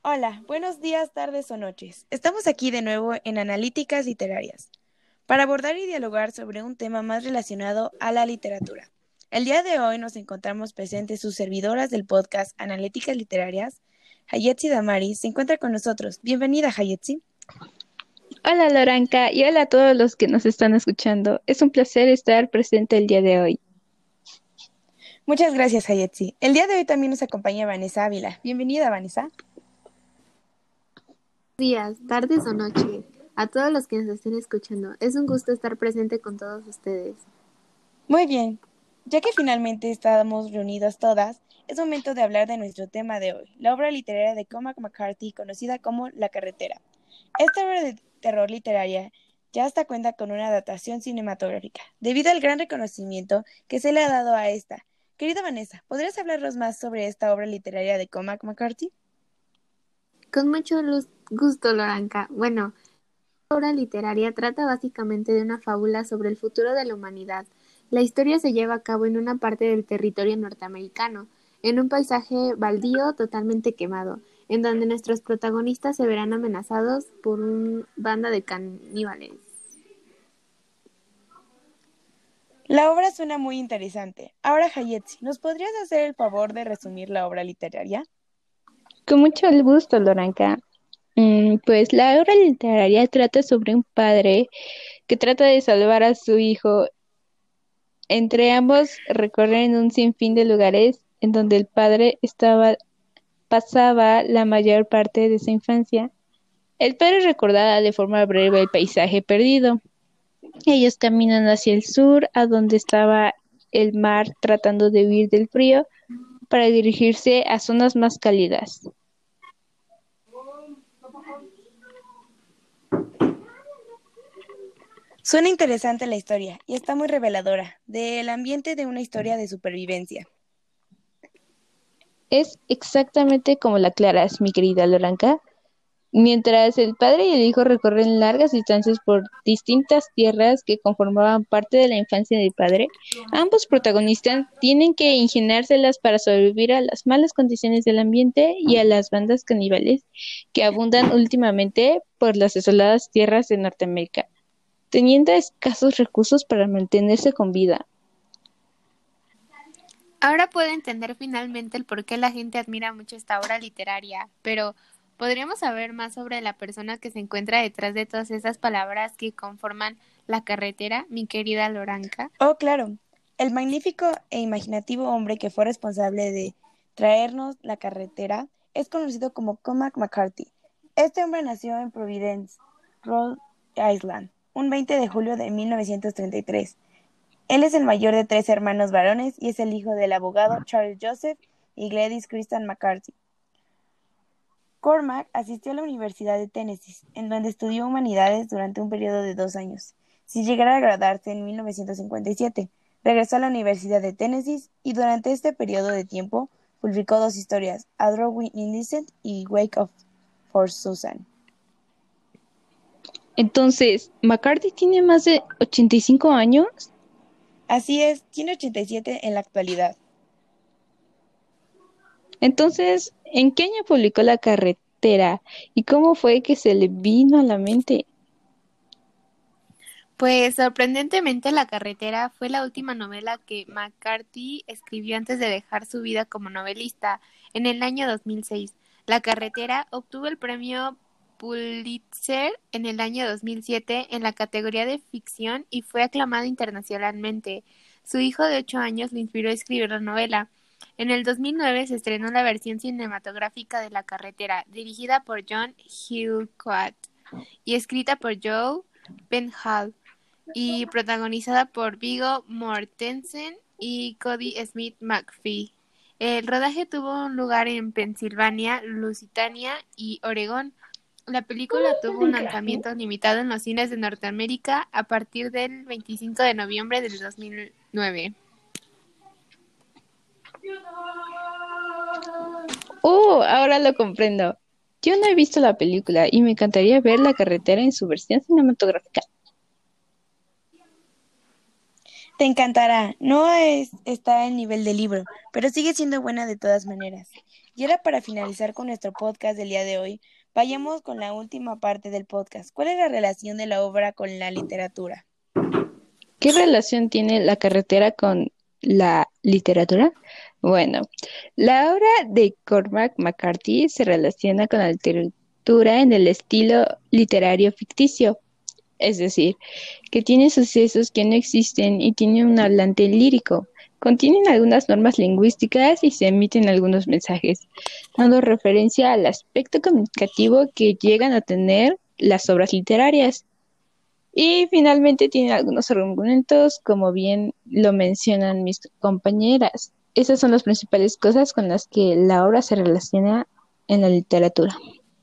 Hola, buenos días, tardes o noches. Estamos aquí de nuevo en Analíticas Literarias para abordar y dialogar sobre un tema más relacionado a la literatura. El día de hoy nos encontramos presentes sus servidoras del podcast Analíticas Literarias. Hayetzi Damaris se encuentra con nosotros. Bienvenida, Hayetzi. Hola Loranca y hola a todos los que nos están escuchando. Es un placer estar presente el día de hoy. Muchas gracias, Hayetzi. El día de hoy también nos acompaña Vanessa Ávila. Bienvenida, Vanessa. Días, tardes o noches, a todos los que nos estén escuchando. Es un gusto estar presente con todos ustedes. Muy bien, ya que finalmente estamos reunidas todas, es momento de hablar de nuestro tema de hoy, la obra literaria de Cormac McCarthy, conocida como La Carretera. Esta obra de terror literaria ya hasta cuenta con una adaptación cinematográfica, debido al gran reconocimiento que se le ha dado a esta. Querida Vanessa, ¿podrías hablarnos más sobre esta obra literaria de Cormac McCarthy? Con mucho gusto, Loranca. Bueno, la obra literaria trata básicamente de una fábula sobre el futuro de la humanidad. La historia se lleva a cabo en una parte del territorio norteamericano, en un paisaje baldío totalmente quemado, en donde nuestros protagonistas se verán amenazados por una banda de caníbales. La obra suena muy interesante. Ahora, Hayetzi, ¿nos podrías hacer el favor de resumir la obra literaria? Con mucho gusto, Loranca. Pues la obra literaria trata sobre un padre que trata de salvar a su hijo. Entre ambos recorren un sinfín de lugares en donde el padre pasaba la mayor parte de su infancia. El padre recordaba de forma breve el paisaje perdido. Ellos caminan hacia el sur, a donde estaba el mar, tratando de huir del frío para dirigirse a zonas más cálidas. Suena interesante la historia y está muy reveladora del ambiente de una historia de supervivencia. Es exactamente como la aclaras, mi querida Loranca. Mientras el padre y el hijo recorren largas distancias por distintas tierras que conformaban parte de la infancia del padre, ambos protagonistas tienen que ingeniárselas para sobrevivir a las malas condiciones del ambiente y a las bandas caníbales que abundan últimamente por las desoladas tierras de Norteamérica, teniendo escasos recursos para mantenerse con vida. Ahora puedo entender finalmente el por qué la gente admira mucho esta obra literaria, pero ¿podríamos saber más sobre la persona que se encuentra detrás de todas esas palabras que conforman la carretera, mi querida Loranca? Oh, claro, el magnífico e imaginativo hombre que fue responsable de traernos la carretera es conocido como Cormac McCarthy. Este hombre nació en Providence, Rhode Island, un 20 de julio de 1933. Él es el mayor de tres hermanos varones y es el hijo del abogado Charles Joseph y Gladys Kristen McCarthy. Cormac asistió a la Universidad de Tennessee, en donde estudió humanidades durante un periodo de 2 años. Sin llegar a graduarse en 1957, regresó a la Universidad de Tennessee y durante este periodo de tiempo publicó dos historias, A Drawing Innocent y Wake Up for Susan. Entonces, ¿McCarthy tiene más de 85 años? Así es, tiene 87 en la actualidad. Entonces, ¿en qué año publicó La carretera? ¿Y cómo fue que se le vino a la mente? Pues sorprendentemente La carretera fue la última novela que McCarthy escribió antes de dejar su vida como novelista en el año 2006. La carretera obtuvo el premio Pulitzer en el año 2007 en la categoría de ficción y fue aclamada internacionalmente. Su hijo de 8 años le inspiró a escribir la novela. En el 2009 se estrenó la versión cinematográfica de La carretera, dirigida por John Hillcoat y escrita por Joe Penhall y protagonizada por Viggo Mortensen y Cody Smith McPhee. El rodaje tuvo lugar en Pensilvania, Lusitania y Oregón. La película tuvo un lanzamiento limitado en los cines de Norteamérica a partir del 25 de noviembre del 2009. Oh, ahora lo comprendo. Yo no he visto la película y me encantaría ver La carretera en su versión cinematográfica. Te encantará, no está al nivel del libro, pero sigue siendo buena de todas maneras. Y ahora para finalizar con nuestro podcast del día de hoy, vayamos con la última parte del podcast. ¿Cuál es la relación de la obra con la literatura? ¿Qué relación tiene la carretera con la literatura? Bueno, la obra de Cormac McCarthy se relaciona con la literatura en el estilo literario ficticio, es decir, que tiene sucesos que no existen y tiene un hablante lírico. Contienen algunas normas lingüísticas y se emiten algunos mensajes, dando referencia al aspecto comunicativo que llegan a tener las obras literarias. Y finalmente tiene algunos argumentos, como bien lo mencionan mis compañeras. Esas son las principales cosas con las que la obra se relaciona en la literatura.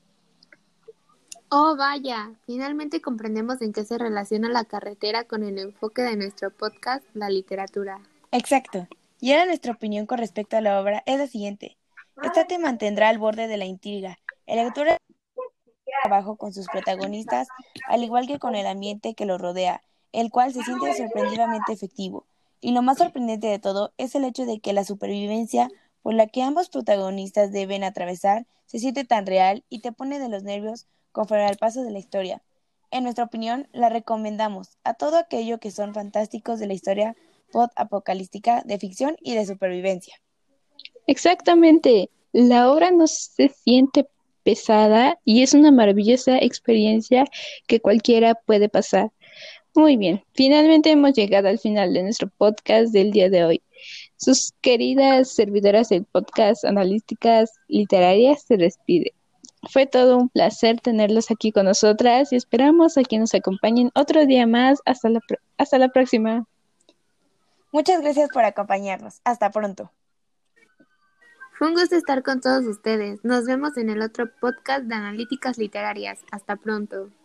Oh, vaya, finalmente comprendemos en qué se relaciona la carretera con el enfoque de nuestro podcast, la literatura. Exacto. Y ahora nuestra opinión con respecto a la obra es la siguiente. Esta te mantendrá al borde de la intriga. El autor trabajo con sus protagonistas, al igual que con el ambiente que los rodea, el cual se siente sorprendidamente efectivo. Y lo más sorprendente de todo es el hecho de que la supervivencia por la que ambos protagonistas deben atravesar se siente tan real y te pone de los nervios conforme al paso de la historia. En nuestra opinión, la recomendamos a todo aquello que son fantásticos de la historia post-apocalíptica de ficción y de supervivencia. Exactamente. La obra no se siente pesada y es una maravillosa experiencia que cualquiera puede pasar. Muy bien, finalmente hemos llegado al final de nuestro podcast del día de hoy. Sus queridas servidoras del podcast Analíticas Literarias se despide. Fue todo un placer tenerlos aquí con nosotras y esperamos a que nos acompañen otro día más. Hasta la próxima. Muchas gracias por acompañarnos. Hasta pronto. Fue un gusto estar con todos ustedes. Nos vemos en el otro podcast de Analíticas Literarias. Hasta pronto.